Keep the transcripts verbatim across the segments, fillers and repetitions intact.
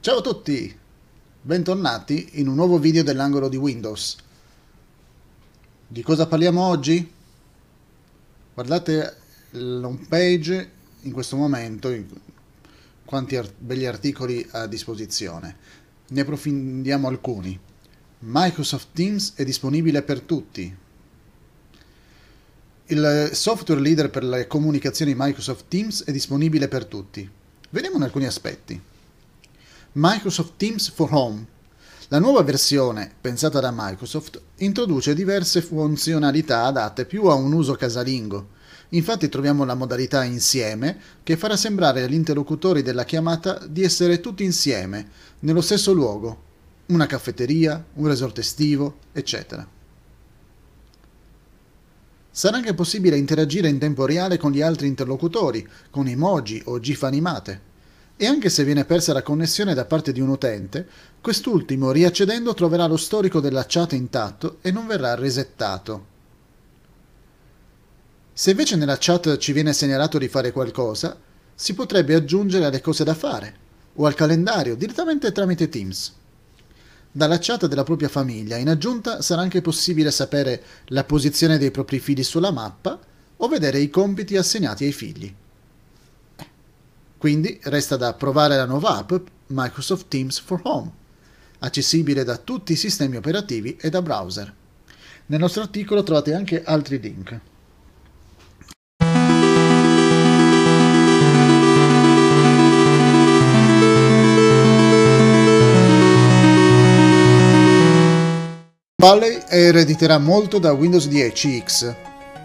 Ciao a tutti, bentornati in un nuovo video dell'angolo di Windows. Di cosa parliamo oggi? Guardate l'home page in questo momento, quanti art- belli articoli a disposizione. Ne approfondiamo alcuni. Microsoft Teams è disponibile per tutti. Il software leader per le comunicazioni Microsoft Teams è disponibile per tutti. Vediamo alcuni aspetti. Microsoft Teams for Home. La nuova versione, pensata da Microsoft, introduce diverse funzionalità adatte più a un uso casalingo. Infatti troviamo la modalità insieme, che farà sembrare agli interlocutori della chiamata di essere tutti insieme, nello stesso luogo, una caffetteria, un resort estivo, eccetera. Sarà anche possibile interagire in tempo reale con gli altri interlocutori, con emoji o gif animate. E anche se viene persa la connessione da parte di un utente, quest'ultimo riaccedendo troverà lo storico della chat intatto e non verrà resettato. Se invece nella chat ci viene segnalato di fare qualcosa, si potrebbe aggiungere alle cose da fare o al calendario direttamente tramite Teams. Dalla chat della propria famiglia, in aggiunta, sarà anche possibile sapere la posizione dei propri figli sulla mappa o vedere i compiti assegnati ai figli. Quindi resta da provare la nuova app Microsoft Teams for Home, accessibile da tutti i sistemi operativi e da browser. Nel nostro articolo trovate anche altri link. Valley erediterà molto da Windows dieci X.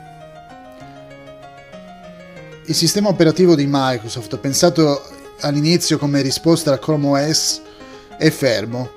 Il sistema operativo di Microsoft, pensato all'inizio come risposta a Chrome O S, è fermo.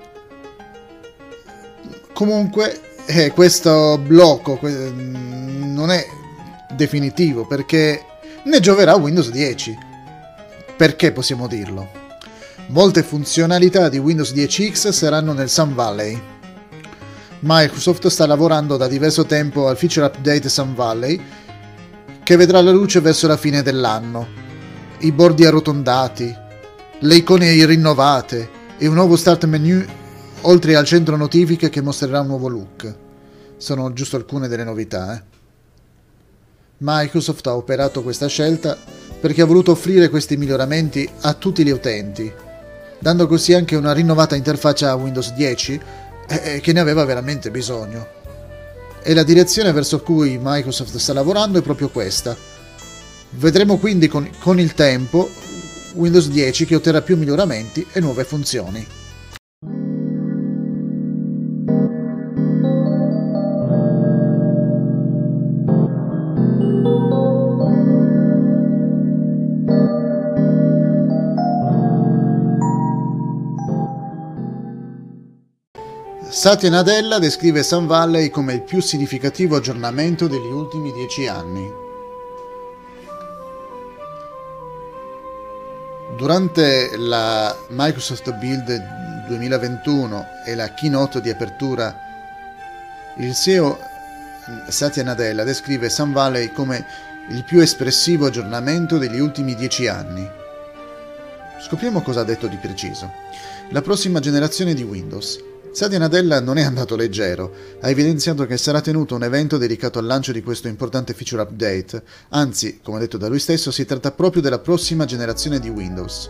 Comunque, eh, questo blocco que- non è definitivo, perché ne gioverà Windows dieci. Perché possiamo dirlo? Molte funzionalità di Windows dieci X saranno nel Sun Valley. Microsoft sta lavorando da diverso tempo al feature update Sun Valley, che vedrà la luce verso la fine dell'anno. I bordi arrotondati, le icone rinnovate e un nuovo start menu, oltre al centro notifiche che mostrerà un nuovo look. Sono giusto alcune delle novità. Eh? Microsoft ha operato questa scelta perché ha voluto offrire questi miglioramenti a tutti gli utenti, dando così anche una rinnovata interfaccia a Windows dieci eh, che ne aveva veramente bisogno. E la direzione verso cui Microsoft sta lavorando è proprio questa. Vedremo quindi con, con il tempo Windows dieci che otterrà più miglioramenti e nuove funzioni. Satya Nadella descrive Sun Valley come il più significativo aggiornamento degli ultimi dieci anni. Durante la Microsoft Build duemilaventuno e la keynote di apertura, il C E O Satya Nadella descrive Sun Valley come il più espressivo aggiornamento degli ultimi dieci anni. Scopriamo cosa ha detto di preciso. La prossima generazione di Windows. Satya Nadella non è andato leggero, ha evidenziato che sarà tenuto un evento dedicato al lancio di questo importante feature update, anzi, come detto da lui stesso, si tratta proprio della prossima generazione di Windows.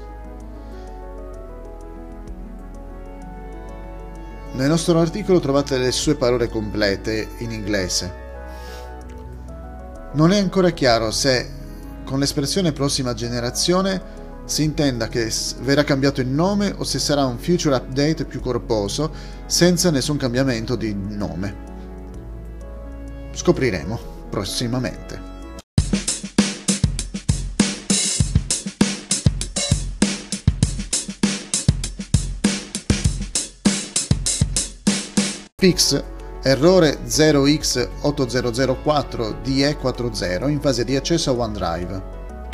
Nel nostro articolo trovate le sue parole complete in inglese. Non è ancora chiaro se, con l'espressione prossima generazione, si intenda che verrà cambiato il nome o se sarà un future update più corposo senza nessun cambiamento di nome. Scopriremo prossimamente. Fix errore zero x otto zero zero quattro D E quaranta in fase di accesso a OneDrive.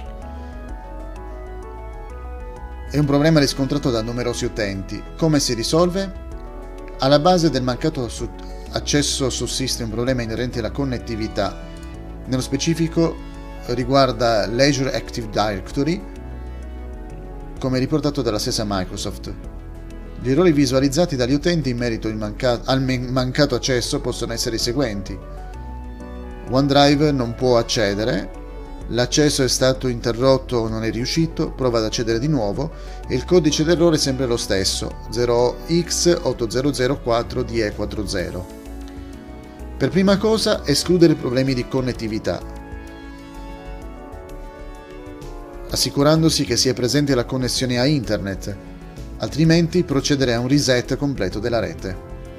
È un problema riscontrato da numerosi utenti. Come si risolve? Alla base del mancato accesso sussiste un problema inerente alla connettività. Nello specifico riguarda l'Azure Active Directory, come riportato dalla stessa Microsoft. Gli errori visualizzati dagli utenti in merito manca- al mancato accesso possono essere i seguenti: OneDrive non può accedere, l'accesso è stato interrotto o non è riuscito, prova ad accedere di nuovo e il codice d'errore è sempre lo stesso, zero x otto zero zero quattro D E quaranta. Per prima cosa, escludere problemi di connettività, assicurandosi che sia presente la connessione a internet, altrimenti procedere a un reset completo della rete.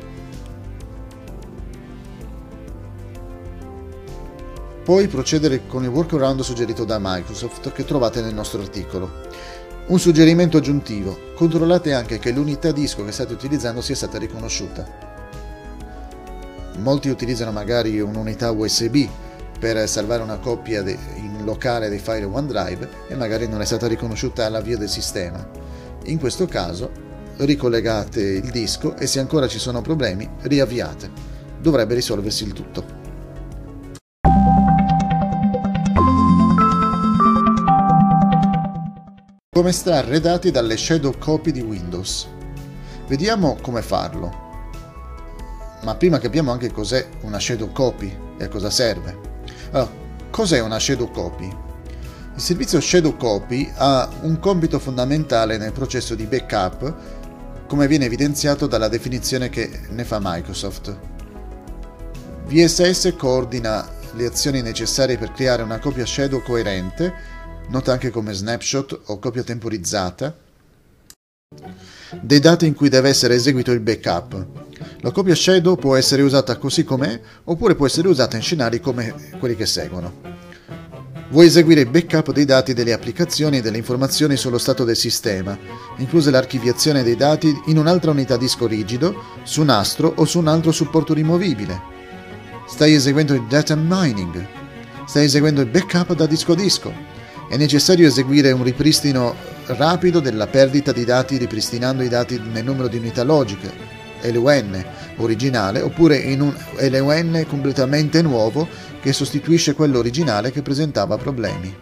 Poi procedere con il workaround suggerito da Microsoft che trovate nel nostro articolo. Un suggerimento aggiuntivo: controllate anche che l'unità disco che state utilizzando sia stata riconosciuta. Molti utilizzano magari un'unità U S B per salvare una copia in locale dei file OneDrive e magari non è stata riconosciuta all'avvio del sistema. In questo caso ricollegate il disco e se ancora ci sono problemi riavviate. Dovrebbe risolversi il tutto. Come estrarre dati dalle shadow copy di Windows. Vediamo come farlo. Ma prima capiamo anche cos'è una shadow copy e a cosa serve. Allora, cos'è una shadow copy? Il servizio Shadow Copy ha un compito fondamentale nel processo di backup, come viene evidenziato dalla definizione che ne fa Microsoft. V S S coordina le azioni necessarie per creare una copia shadow coerente, nota anche come snapshot o copia temporizzata, dei dati in cui deve essere eseguito il backup. La copia shadow può essere usata così com'è, oppure può essere usata in scenari come quelli che seguono. Vuoi eseguire il backup dei dati delle applicazioni e delle informazioni sullo stato del sistema, incluse l'archiviazione dei dati in un'altra unità disco rigido, su nastro o su un altro supporto rimovibile. Stai eseguendo il data mining. Stai eseguendo il backup da disco a disco. È necessario eseguire un ripristino rapido della perdita di dati ripristinando i dati nel numero di unità logiche, L U N originale, oppure in un L U N completamente nuovo che sostituisce quello originale che presentava problemi.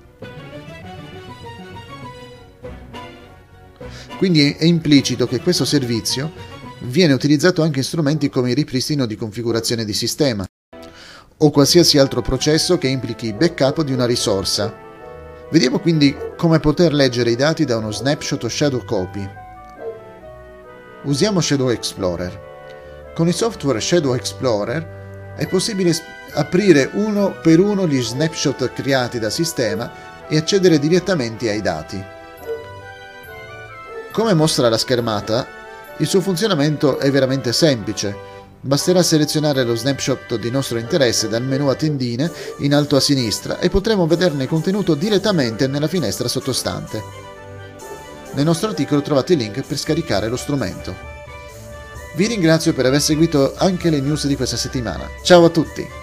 Quindi è implicito che questo servizio viene utilizzato anche in strumenti come il ripristino di configurazione di sistema o qualsiasi altro processo che implichi backup di una risorsa. Vediamo quindi come poter leggere i dati da uno snapshot o shadow copy. Usiamo Shadow Explorer. Con il software Shadow Explorer è possibile aprire uno per uno gli snapshot creati dal sistema e accedere direttamente ai dati. Come mostra la schermata, il suo funzionamento è veramente semplice. Basterà selezionare lo snapshot di nostro interesse dal menu a tendine in alto a sinistra e potremo vederne il contenuto direttamente nella finestra sottostante. Nel nostro articolo trovate il link per scaricare lo strumento. Vi ringrazio per aver seguito anche le news di questa settimana. Ciao a tutti!